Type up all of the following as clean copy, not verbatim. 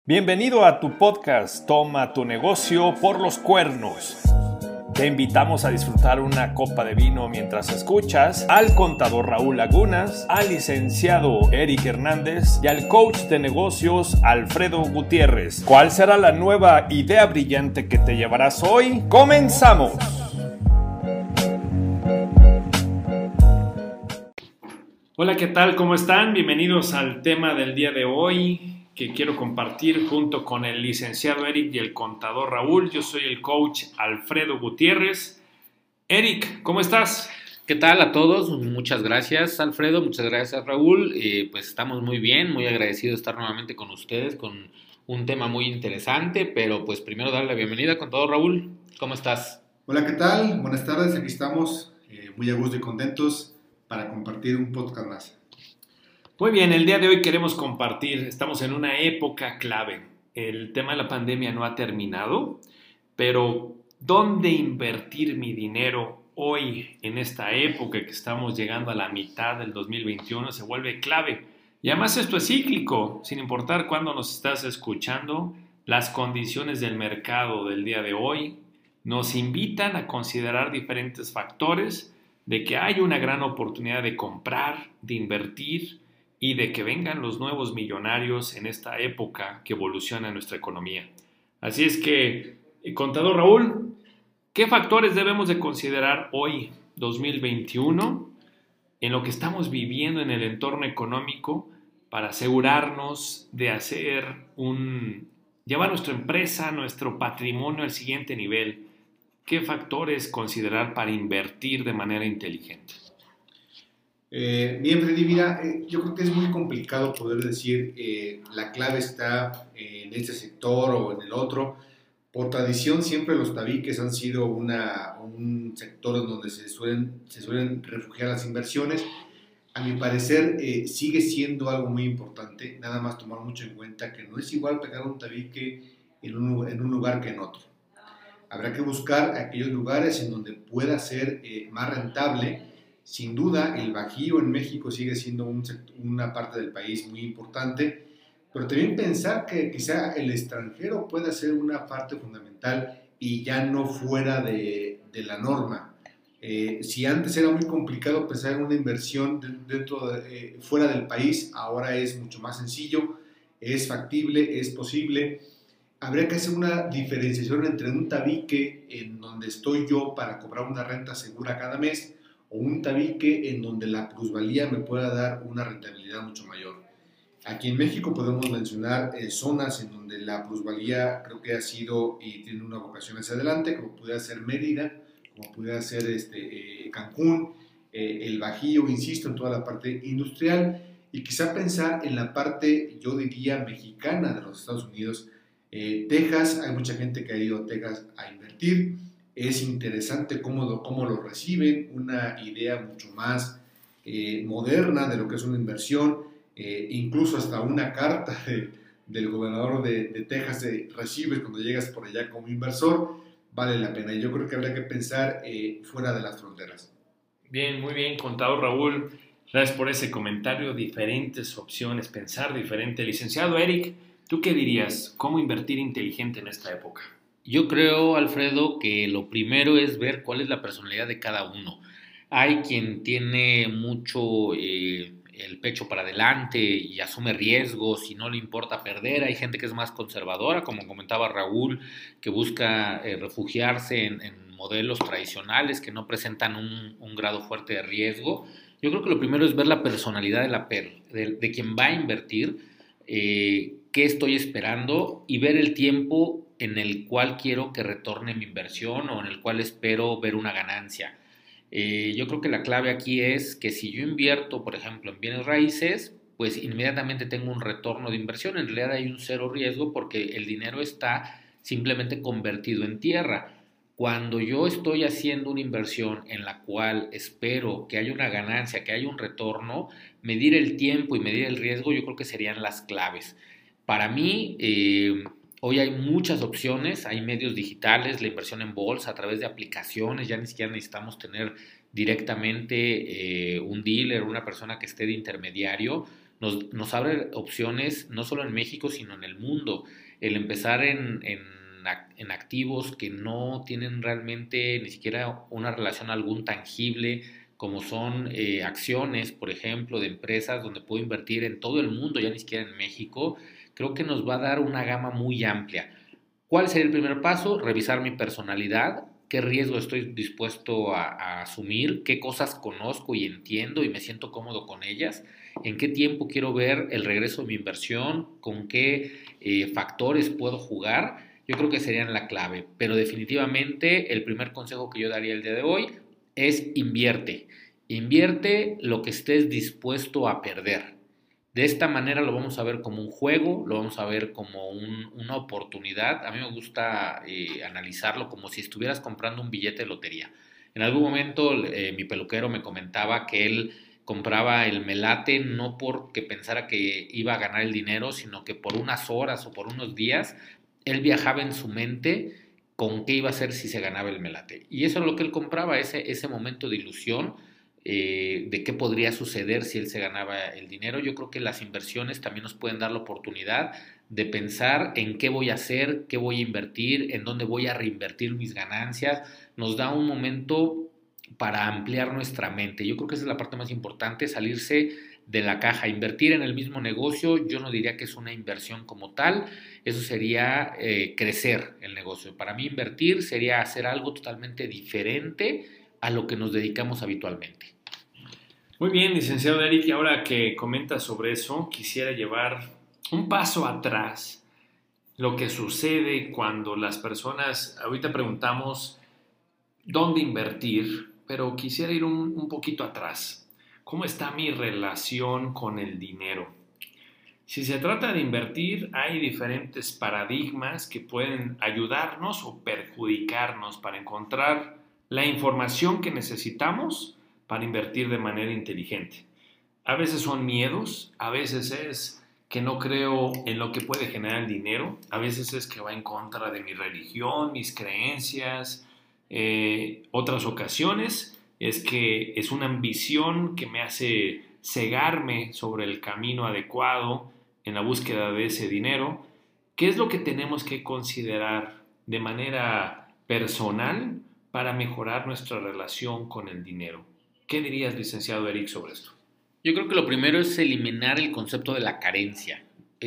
Bienvenido a tu podcast Toma tu negocio por los cuernos. Te invitamos a disfrutar una copa de vino mientras escuchas al contador Raúl Lagunas, al licenciado Eric Hernández y al coach de negocios Alfredo Gutiérrez. ¿Cuál será la nueva idea brillante que te llevarás hoy? ¡Comenzamos! Hola, ¿qué tal? ¿Cómo están? Bienvenidos al tema del día de hoy que quiero compartir junto con el licenciado Eric y el contador Raúl. Yo soy el coach Alfredo Gutiérrez. Eric, ¿cómo estás? ¿Qué tal a todos? Muchas gracias, Alfredo, muchas gracias, Raúl. Pues estamos muy bien, muy agradecidos de estar nuevamente con ustedes con un tema muy interesante, pero pues primero darle la bienvenida, contador Raúl. ¿Cómo estás? Hola, ¿qué tal? Buenas tardes, aquí estamos muy a gusto y contentos para compartir un podcast más. Muy bien, el día de hoy queremos compartir, estamos en una época clave. El tema de la pandemia no ha terminado, pero ¿dónde invertir mi dinero hoy en esta época que estamos llegando a la mitad del 2021 se vuelve clave? Y además esto es cíclico, sin importar cuándo nos estás escuchando, las condiciones del mercado del día de hoy nos invitan a considerar diferentes factores de que hay una gran oportunidad de comprar, de invertir y de que vengan los nuevos millonarios en esta época que evoluciona nuestra economía. Así es que, contador Raúl, ¿qué factores debemos de considerar hoy, 2021, en lo que estamos viviendo en el entorno económico para asegurarnos de llevar nuestra empresa, nuestro patrimonio al siguiente nivel? ¿Qué factores considerar para invertir de manera inteligente? Bien, Freddy, mira, yo creo que es muy complicado poder decir la clave está en este sector o en el otro. Por tradición, siempre los tabiques han sido un sector en donde se suelen refugiar las inversiones. A mi parecer, sigue siendo algo muy importante, nada más tomar mucho en cuenta que no es igual pegar un tabique en un lugar que en otro. Habrá que buscar aquellos lugares en donde pueda ser más rentable. Sin duda, el Bajío en México sigue siendo una parte del país muy importante, pero también pensar que quizá el extranjero pueda ser una parte fundamental y ya no fuera de la norma. Si antes era muy complicado pensar en una inversión fuera del país, ahora es mucho más sencillo, es factible, es posible. Habría que hacer una diferenciación entre un tabique en donde estoy yo para cobrar una renta segura cada mes o un tabique en donde la plusvalía me pueda dar una rentabilidad mucho mayor. Aquí en México podemos mencionar zonas en donde la plusvalía creo que ha sido y tiene una vocación hacia adelante, como pudiera ser Mérida, como pudiera ser Cancún, el Bajío, insisto, en toda la parte industrial, y quizá pensar en la parte, yo diría, mexicana de los Estados Unidos. Texas, hay mucha gente que ha ido a Texas a invertir. Es interesante cómo lo reciben, una idea mucho más moderna de lo que es una inversión, incluso hasta una carta del gobernador de Texas recibes cuando llegas por allá como inversor. Vale la pena. Yo creo que habría que pensar fuera de las fronteras. Bien, muy bien, contador Raúl. Gracias por ese comentario. Diferentes opciones, pensar diferente. Licenciado Eric, ¿tú qué dirías? ¿Cómo invertir inteligente en esta época? Yo creo, Alfredo, que lo primero es ver cuál es la personalidad de cada uno. Hay quien tiene mucho el pecho para adelante y asume riesgos y no le importa perder. Hay gente que es más conservadora, como comentaba Raúl, que busca refugiarse en modelos tradicionales que no presentan un grado fuerte de riesgo. Yo creo que lo primero es ver la personalidad de quien va a invertir, qué estoy esperando y ver el tiempo en el cual quiero que retorne mi inversión o en el cual espero ver una ganancia. Yo creo que la clave aquí es que si yo invierto, por ejemplo, en bienes raíces, pues inmediatamente tengo un retorno de inversión. En realidad hay un cero riesgo porque el dinero está simplemente convertido en tierra. Cuando yo estoy haciendo una inversión en la cual espero que haya una ganancia, que haya un retorno, medir el tiempo y medir el riesgo, yo creo que serían las claves. Para mí, hoy hay muchas opciones, hay medios digitales, la inversión en bolsa a través de aplicaciones, ya ni siquiera necesitamos tener directamente un dealer, una persona que esté de intermediario. nos abre opciones no solo en México, sino en el mundo. El empezar en activos que no tienen realmente ni siquiera una relación algún tangible, como son acciones, por ejemplo, de empresas donde puedo invertir en todo el mundo, ya ni siquiera en México, creo que nos va a dar una gama muy amplia. ¿Cuál sería el primer paso? Revisar mi personalidad, qué riesgo estoy dispuesto a asumir, qué cosas conozco y entiendo y me siento cómodo con ellas, en qué tiempo quiero ver el regreso de mi inversión, con qué factores puedo jugar. Yo creo que serían la clave, pero definitivamente el primer consejo que yo daría el día de hoy es invierte. Invierte lo que estés dispuesto a perder. De esta manera lo vamos a ver como un juego, lo vamos a ver como una oportunidad. A mí me gusta analizarlo como si estuvieras comprando un billete de lotería. En algún momento mi peluquero me comentaba que él compraba el melate no porque pensara que iba a ganar el dinero, sino que por unas horas o por unos días él viajaba en su mente con qué iba a hacer si se ganaba el melate. Y eso es lo que él compraba, ese momento de ilusión de qué podría suceder si él se ganaba el dinero. Yo creo que las inversiones también nos pueden dar la oportunidad de pensar en qué voy a hacer, qué voy a invertir, en dónde voy a reinvertir mis ganancias. Nos da un momento para ampliar nuestra mente. Yo creo que esa es la parte más importante, salirse de la caja, invertir en el mismo negocio. Yo no diría que es una inversión como tal, eso sería crecer el negocio. Para mí invertir sería hacer algo totalmente diferente a lo que nos dedicamos habitualmente. Muy bien, licenciado Eric, y ahora que comentas sobre eso, quisiera llevar un paso atrás lo que sucede cuando las personas, ahorita preguntamos dónde invertir, pero quisiera ir un poquito atrás. ¿Cómo está mi relación con el dinero? Si se trata de invertir, hay diferentes paradigmas que pueden ayudarnos o perjudicarnos para encontrar la información que necesitamos para invertir de manera inteligente. A veces son miedos, a veces es que no creo en lo que puede generar el dinero, a veces es que va en contra de mi religión, mis creencias. Otras ocasiones es que es una ambición que me hace cegarme sobre el camino adecuado en la búsqueda de ese dinero. ¿Qué es lo que tenemos que considerar de manera personal para mejorar nuestra relación con el dinero? ¿Qué dirías, licenciado Eric, sobre esto? Yo creo que lo primero es eliminar el concepto de la carencia.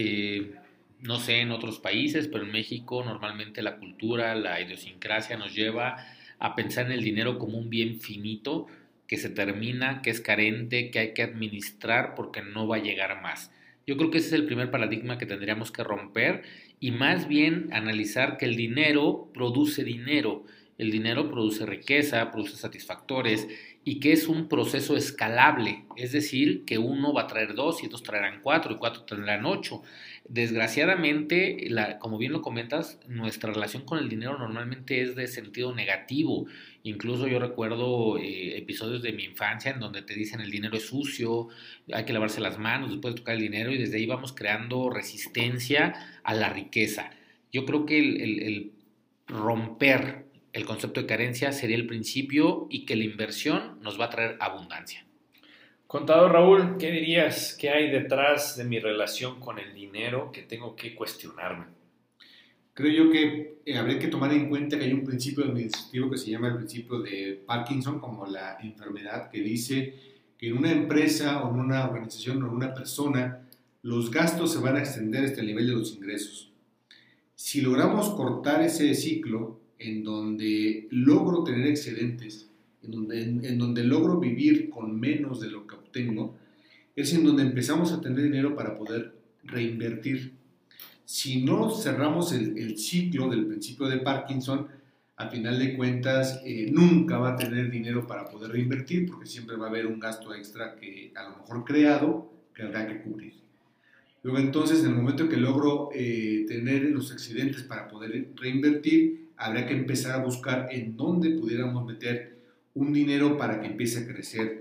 No sé en otros países, pero en México normalmente la cultura, la idiosincrasia nos lleva a pensar en el dinero como un bien finito que se termina, que es carente, que hay que administrar porque no va a llegar más. Yo creo que ese es el primer paradigma que tendríamos que romper y más bien analizar que el dinero produce dinero. El dinero produce riqueza, produce satisfactores y que es un proceso escalable, es decir, que uno va a traer dos y dos traerán cuatro y cuatro tendrán ocho. Desgraciadamente, como bien lo comentas, nuestra relación con el dinero normalmente es de sentido negativo. Incluso yo recuerdo episodios de mi infancia en donde te dicen el dinero es sucio, hay que lavarse las manos después de tocar el dinero y desde ahí vamos creando resistencia a la riqueza. Yo creo que el romper el concepto de carencia sería el principio y que la inversión nos va a traer abundancia. Contador Raúl, ¿qué dirías que hay detrás de mi relación con el dinero que tengo que cuestionarme? Creo yo que habría que tomar en cuenta que hay un principio administrativo que se llama el principio de Parkinson, como la enfermedad, que dice que en una empresa o en una organización o en una persona los gastos se van a extender hasta el nivel de los ingresos. Si logramos cortar ese ciclo en donde logro tener excedentes, en donde logro vivir con menos de lo que obtengo, es en donde empezamos a tener dinero para poder reinvertir. Si no cerramos el ciclo del principio de Parkinson, a final de cuentas nunca va a tener dinero para poder reinvertir porque siempre va a haber un gasto extra que a lo mejor creado que habrá que cubrir. Luego entonces, en el momento que logro tener los excedentes para poder reinvertir, habrá que empezar a buscar en dónde pudiéramos meter un dinero para que empiece a crecer.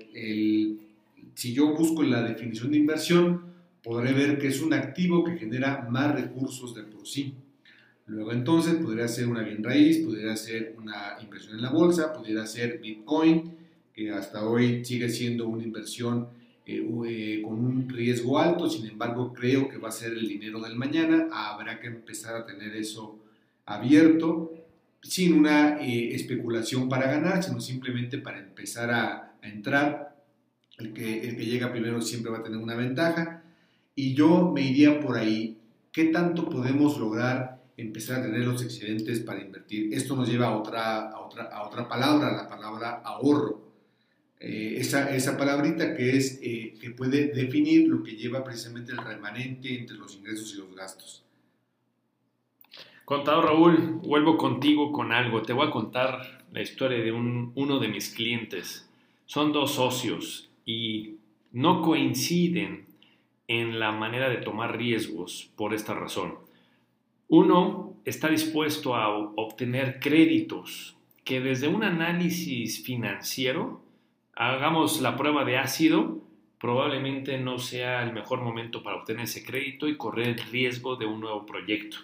Si yo busco la definición de inversión, podré ver que es un activo que genera más recursos de por sí. Luego entonces podría ser una bien raíz, podría ser una inversión en la bolsa, podría ser Bitcoin, que hasta hoy sigue siendo una inversión con un riesgo alto, sin embargo creo que va a ser el dinero del mañana, habrá que empezar a tener eso abierto, sin una especulación para ganar, sino simplemente para empezar a entrar. El que llega primero siempre va a tener una ventaja, y yo me iría por ahí. ¿Qué tanto podemos lograr empezar a tener los excedentes para invertir? Esto nos lleva a otra palabra, la palabra ahorro. Esa palabrita que puede definir lo que lleva precisamente el remanente entre los ingresos y los gastos. Contador Raúl, vuelvo contigo con algo. Te voy a contar la historia de uno de mis clientes. Son dos socios y no coinciden en la manera de tomar riesgos por esta razón. Uno está dispuesto a obtener créditos que desde un análisis financiero, hagamos la prueba de ácido, probablemente no sea el mejor momento para obtener ese crédito y correr el riesgo de un nuevo proyecto.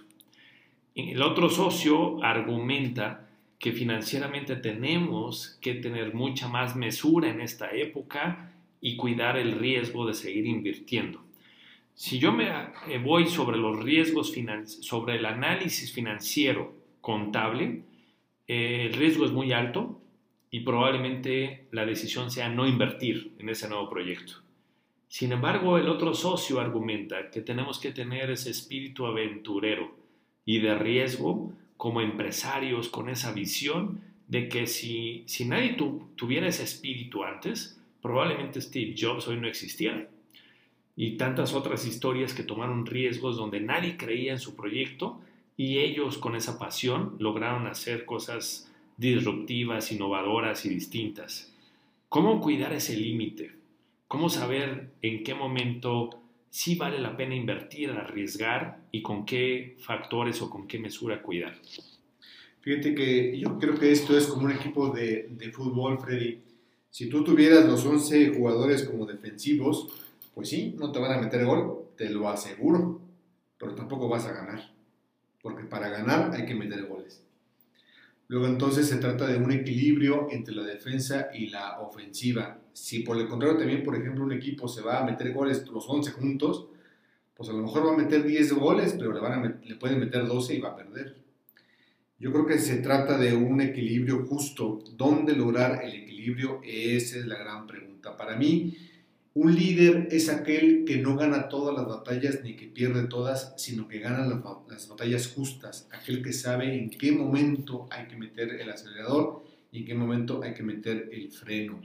El otro socio argumenta que financieramente tenemos que tener mucha más mesura en esta época y cuidar el riesgo de seguir invirtiendo. Si yo me voy sobre los riesgos sobre el análisis financiero contable, el riesgo es muy alto y probablemente la decisión sea no invertir en ese nuevo proyecto. Sin embargo, el otro socio argumenta que tenemos que tener ese espíritu aventurero y de riesgo como empresarios con esa visión de que si nadie tuviera ese espíritu antes, probablemente Steve Jobs hoy no existiera. Y tantas otras historias que tomaron riesgos donde nadie creía en su proyecto y ellos con esa pasión lograron hacer cosas disruptivas, innovadoras y distintas. ¿Cómo cuidar ese límite? ¿Cómo saber en qué momento sí vale la pena invertir, arriesgar y con qué factores o con qué mesura cuidar? Fíjate que yo creo que esto es como un equipo de fútbol, Freddy. Si tú tuvieras los 11 jugadores como defensivos, pues sí, no te van a meter gol, te lo aseguro, pero tampoco vas a ganar, porque para ganar hay que meter goles. Luego entonces se trata de un equilibrio entre la defensa y la ofensiva. Si por el contrario también, por ejemplo, un equipo se va a meter goles los 11 juntos, pues a lo mejor va a meter 10 goles, pero le pueden meter 12 y va a perder. Yo creo que se trata de un equilibrio justo. ¿Dónde lograr el equilibrio? Esa es la gran pregunta. Para mí, un líder es aquel que no gana todas las batallas ni que pierde todas, sino que gana las batallas justas. Aquel que sabe en qué momento hay que meter el acelerador y en qué momento hay que meter el freno.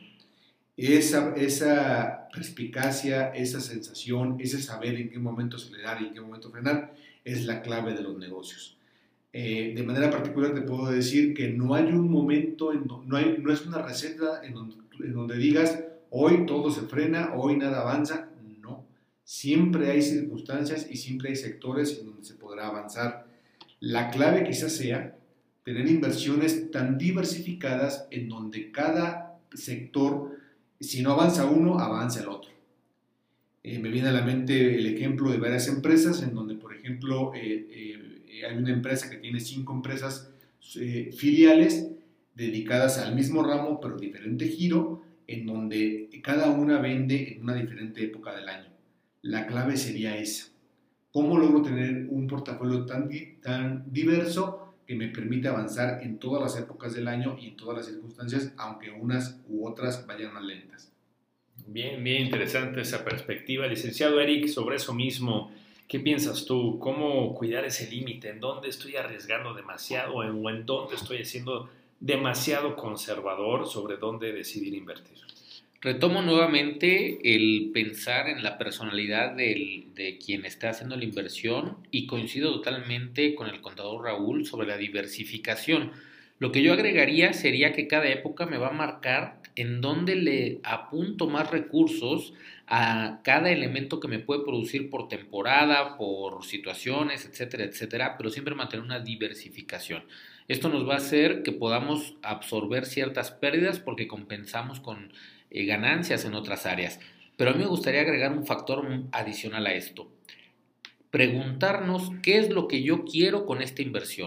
Esa perspicacia, esa sensación, ese saber en qué momento acelerar y en qué momento frenar es la clave de los negocios. De manera particular te puedo decir que no hay un momento, no es una receta en donde digas hoy todo se frena, hoy nada avanza. No, siempre hay circunstancias y siempre hay sectores en donde se podrá avanzar. La clave quizás sea tener inversiones tan diversificadas en donde cada sector, si no avanza uno, avanza el otro. Me viene a la mente el ejemplo de varias empresas en donde, por ejemplo, hay una empresa que tiene 5 empresas filiales dedicadas al mismo ramo, pero diferente giro, en donde cada una vende en una diferente época del año. La clave sería esa. ¿Cómo logro tener un portafolio tan diverso que me permite avanzar en todas las épocas del año y en todas las circunstancias, aunque unas u otras vayan más lentas? Bien interesante esa perspectiva. Licenciado Eric, sobre eso mismo, ¿qué piensas tú? ¿Cómo cuidar ese límite? ¿En dónde estoy arriesgando demasiado o en dónde estoy siendo demasiado conservador sobre dónde decidir invertir? Retomo nuevamente el pensar en la personalidad de quien está haciendo la inversión y coincido totalmente con el contador Raúl sobre la diversificación. Lo que yo agregaría sería que cada época me va a marcar en dónde le apunto más recursos a cada elemento que me puede producir por temporada, por situaciones, etcétera, etcétera, pero siempre mantener una diversificación. Esto nos va a hacer que podamos absorber ciertas pérdidas porque compensamos con ganancias en otras áreas. Pero a mí me gustaría agregar un factor adicional a esto. Preguntarnos qué es lo que yo quiero con esta inversión.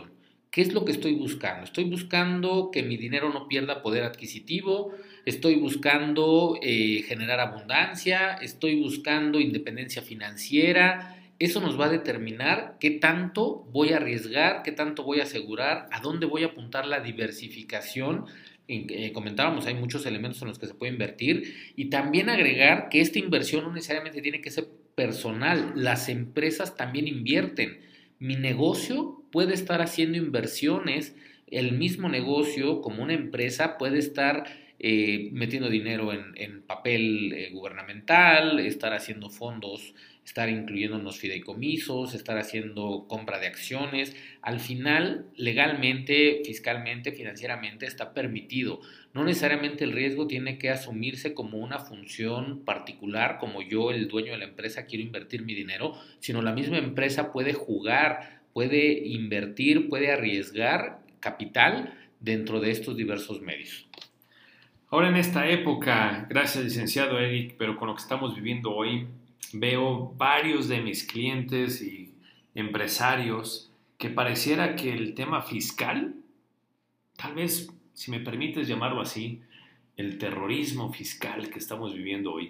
¿Qué es lo que estoy buscando? Estoy buscando que mi dinero no pierda poder adquisitivo, estoy buscando generar abundancia, estoy buscando independencia financiera. Eso nos va a determinar qué tanto voy a arriesgar, qué tanto voy a asegurar, a dónde voy a apuntar la diversificación. Comentábamos, hay muchos elementos en los que se puede invertir y también agregar que esta inversión no necesariamente tiene que ser personal, las empresas también invierten. Mi negocio puede estar haciendo inversiones, el mismo negocio como una empresa puede estar metiendo dinero en papel gubernamental, estar haciendo fondos, estar incluyendo unos fideicomisos, estar haciendo compra de acciones. Al final, legalmente, fiscalmente, financieramente está permitido. No necesariamente el riesgo tiene que asumirse como una función particular, como yo, el dueño de la empresa, quiero invertir mi dinero, sino la misma empresa puede jugar, puede invertir, puede arriesgar capital dentro de estos diversos medios. Ahora en esta época, gracias licenciado Eric, pero con lo que estamos viviendo hoy, veo varios de mis clientes y empresarios que pareciera que el tema fiscal, tal vez, si me permites llamarlo así, el terrorismo fiscal que estamos viviendo hoy,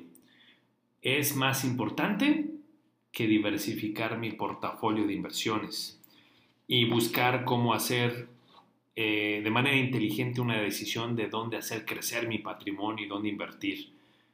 es más importante que diversificar mi portafolio de inversiones y buscar cómo hacer de manera inteligente una decisión de dónde hacer crecer mi patrimonio y dónde invertir.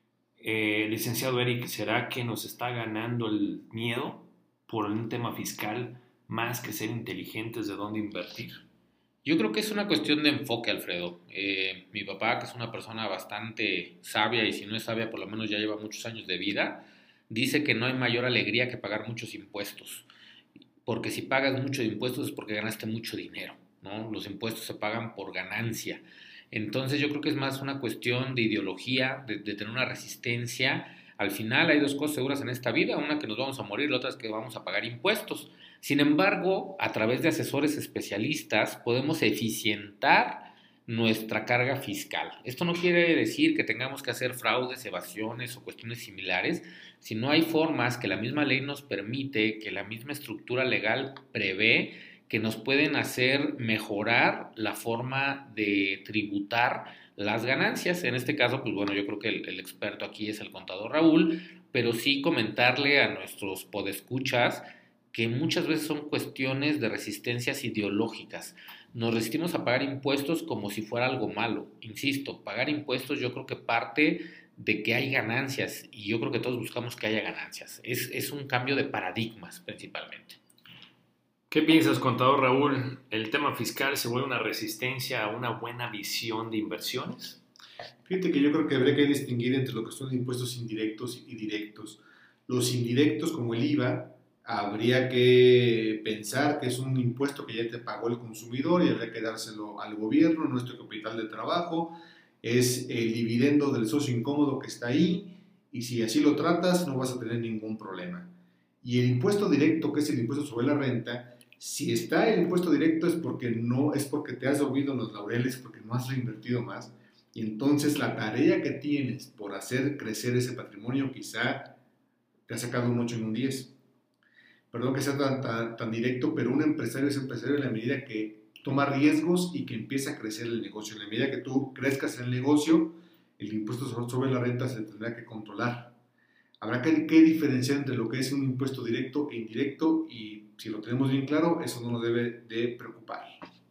Licenciado Eric, ¿será que nos está ganando el miedo por un tema fiscal más que ser inteligentes de dónde invertir? Yo creo que es una cuestión de enfoque, Alfredo. Mi papá, que es una persona bastante sabia y si no es sabia, por lo menos ya lleva muchos años de vida, dice que no hay mayor alegría que pagar muchos impuestos. Porque si pagas mucho de impuestos es porque ganaste mucho dinero, ¿no? Los impuestos se pagan por ganancia. Entonces yo creo que es más una cuestión de ideología, de tener una resistencia. Al final hay dos cosas seguras en esta vida, una que nos vamos a morir, la otra es que vamos a pagar impuestos. Sin embargo, a través de asesores especialistas podemos eficientar nuestra carga fiscal. Esto no quiere decir que tengamos que hacer fraudes, evasiones o cuestiones similares, sino hay formas que la misma ley nos permite, que la misma estructura legal prevé, que nos pueden hacer mejorar la forma de tributar las ganancias. En este caso, pues bueno, yo creo que el experto aquí es el contador Raúl, pero sí comentarle a nuestros podescuchas que muchas veces son cuestiones de resistencias ideológicas. Nos resistimos a pagar impuestos como si fuera algo malo. Insisto, pagar impuestos yo creo que parte de que hay ganancias y yo creo que todos buscamos que haya ganancias. Es un cambio de paradigmas principalmente. ¿Qué piensas, contador Raúl? ¿El tema fiscal se vuelve una resistencia a una buena visión de inversiones? Fíjate que yo creo que habría que distinguir entre lo que son impuestos indirectos y directos. Los indirectos, como el IVA, habría que pensar que es un impuesto que ya te pagó el consumidor y habría que dárselo al gobierno, nuestro capital de trabajo, es el dividendo del socio incómodo que está ahí y si así lo tratas no vas a tener ningún problema. Y el impuesto directo, que es el impuesto sobre la renta, si está el impuesto directo es porque te has dormido en los laureles, porque no has reinvertido más y entonces la tarea que tienes por hacer crecer ese patrimonio quizá te ha sacado un 8 en un 10. Perdón que sea tan directo, pero un empresario es empresario en la medida que toma riesgos y que empieza a crecer el negocio. En la medida que tú crezcas en el negocio, el impuesto sobre la renta se tendrá que controlar. Habrá que diferenciar entre lo que es un impuesto directo e indirecto y si lo tenemos bien claro, eso no nos debe de preocupar.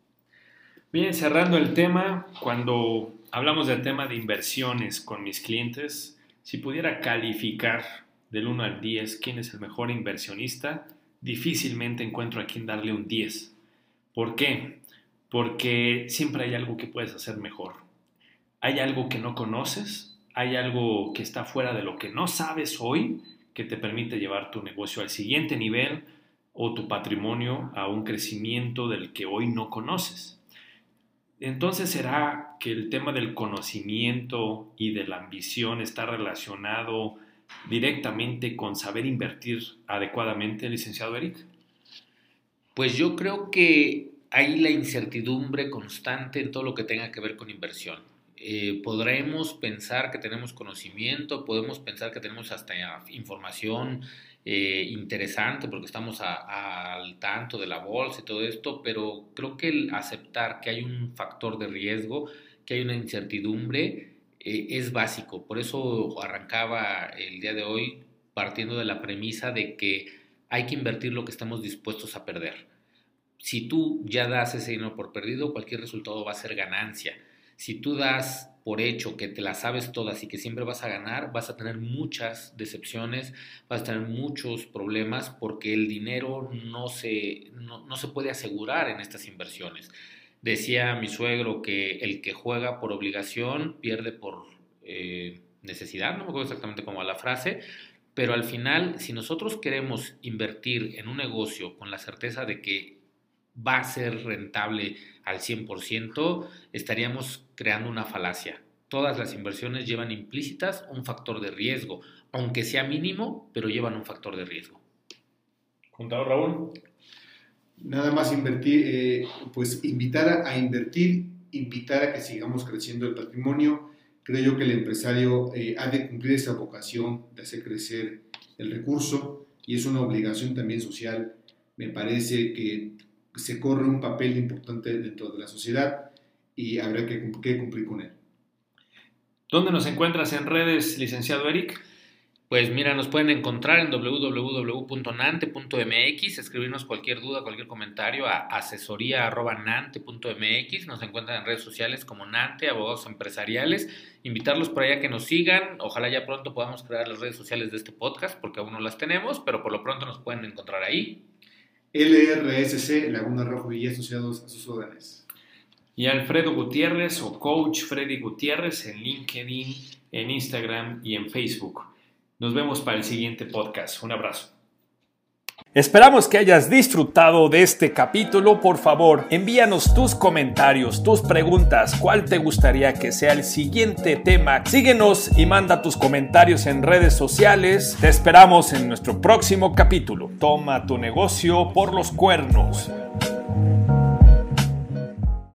Bien, cerrando el tema, cuando hablamos del tema de inversiones con mis clientes, si pudiera calificar del 1 al 10 quién es el mejor inversionista, difícilmente encuentro a quien darle un 10. ¿Por qué? Porque siempre hay algo que puedes hacer mejor. Hay algo que no conoces, hay algo que está fuera de lo que no sabes hoy que te permite llevar tu negocio al siguiente nivel o tu patrimonio a un crecimiento del que hoy no conoces. Entonces, ¿será que el tema del conocimiento y de la ambición está relacionado directamente con saber invertir adecuadamente, licenciado Eric? Pues yo creo que hay la incertidumbre constante en todo lo que tenga que ver con inversión. podremos pensar que tenemos conocimiento, podemos pensar que tenemos hasta información interesante porque estamos al tanto de la bolsa y todo esto, pero creo que el aceptar que hay un factor de riesgo, que hay una incertidumbre, es básico. Por eso arrancaba el día de hoy partiendo de la premisa de que hay que invertir lo que estamos dispuestos a perder. Si tú ya das ese dinero por perdido, cualquier resultado va a ser ganancia. Si tú das por hecho que te las sabes todas y que siempre vas a ganar, vas a tener muchas decepciones, vas a tener muchos problemas porque el dinero no se puede asegurar en estas inversiones. Decía mi suegro que el que juega por obligación pierde por necesidad, no me acuerdo exactamente cómo va la frase, pero al final, si nosotros queremos invertir en un negocio con la certeza de que va a ser rentable al 100%, estaríamos creando una falacia. Todas las inversiones llevan implícitas un factor de riesgo, aunque sea mínimo, pero llevan un factor de riesgo. ¿Contador Raúl? Nada más invertir, pues invitar a invertir, invitar a que sigamos creciendo el patrimonio. Creo yo que el empresario ha de cumplir esa vocación de hacer crecer el recurso y es una obligación también social. Me parece que se corre un papel importante dentro de la sociedad y habrá que cumplir con él. ¿Dónde nos encuentras en redes, licenciado Eric? Pues mira, nos pueden encontrar en www.nante.mx, escribirnos cualquier duda, cualquier comentario a asesoría@nante.mx, nos encuentran en redes sociales como Nante, Abogados Empresariales, invitarlos por allá a que nos sigan, ojalá ya pronto podamos crear las redes sociales de este podcast porque aún no las tenemos, pero por lo pronto nos pueden encontrar ahí. LRSC, Laguna Rojo y asociados a sus órdenes. Y Alfredo Gutiérrez o Coach Freddy Gutiérrez en LinkedIn, en Instagram y en Facebook. Nos vemos para el siguiente podcast. Un abrazo. Esperamos que hayas disfrutado de este capítulo. Por favor, envíanos tus comentarios, tus preguntas, cuál te gustaría que sea el siguiente tema. Síguenos y manda tus comentarios en redes sociales. Te esperamos en nuestro próximo capítulo. Toma tu negocio por los cuernos.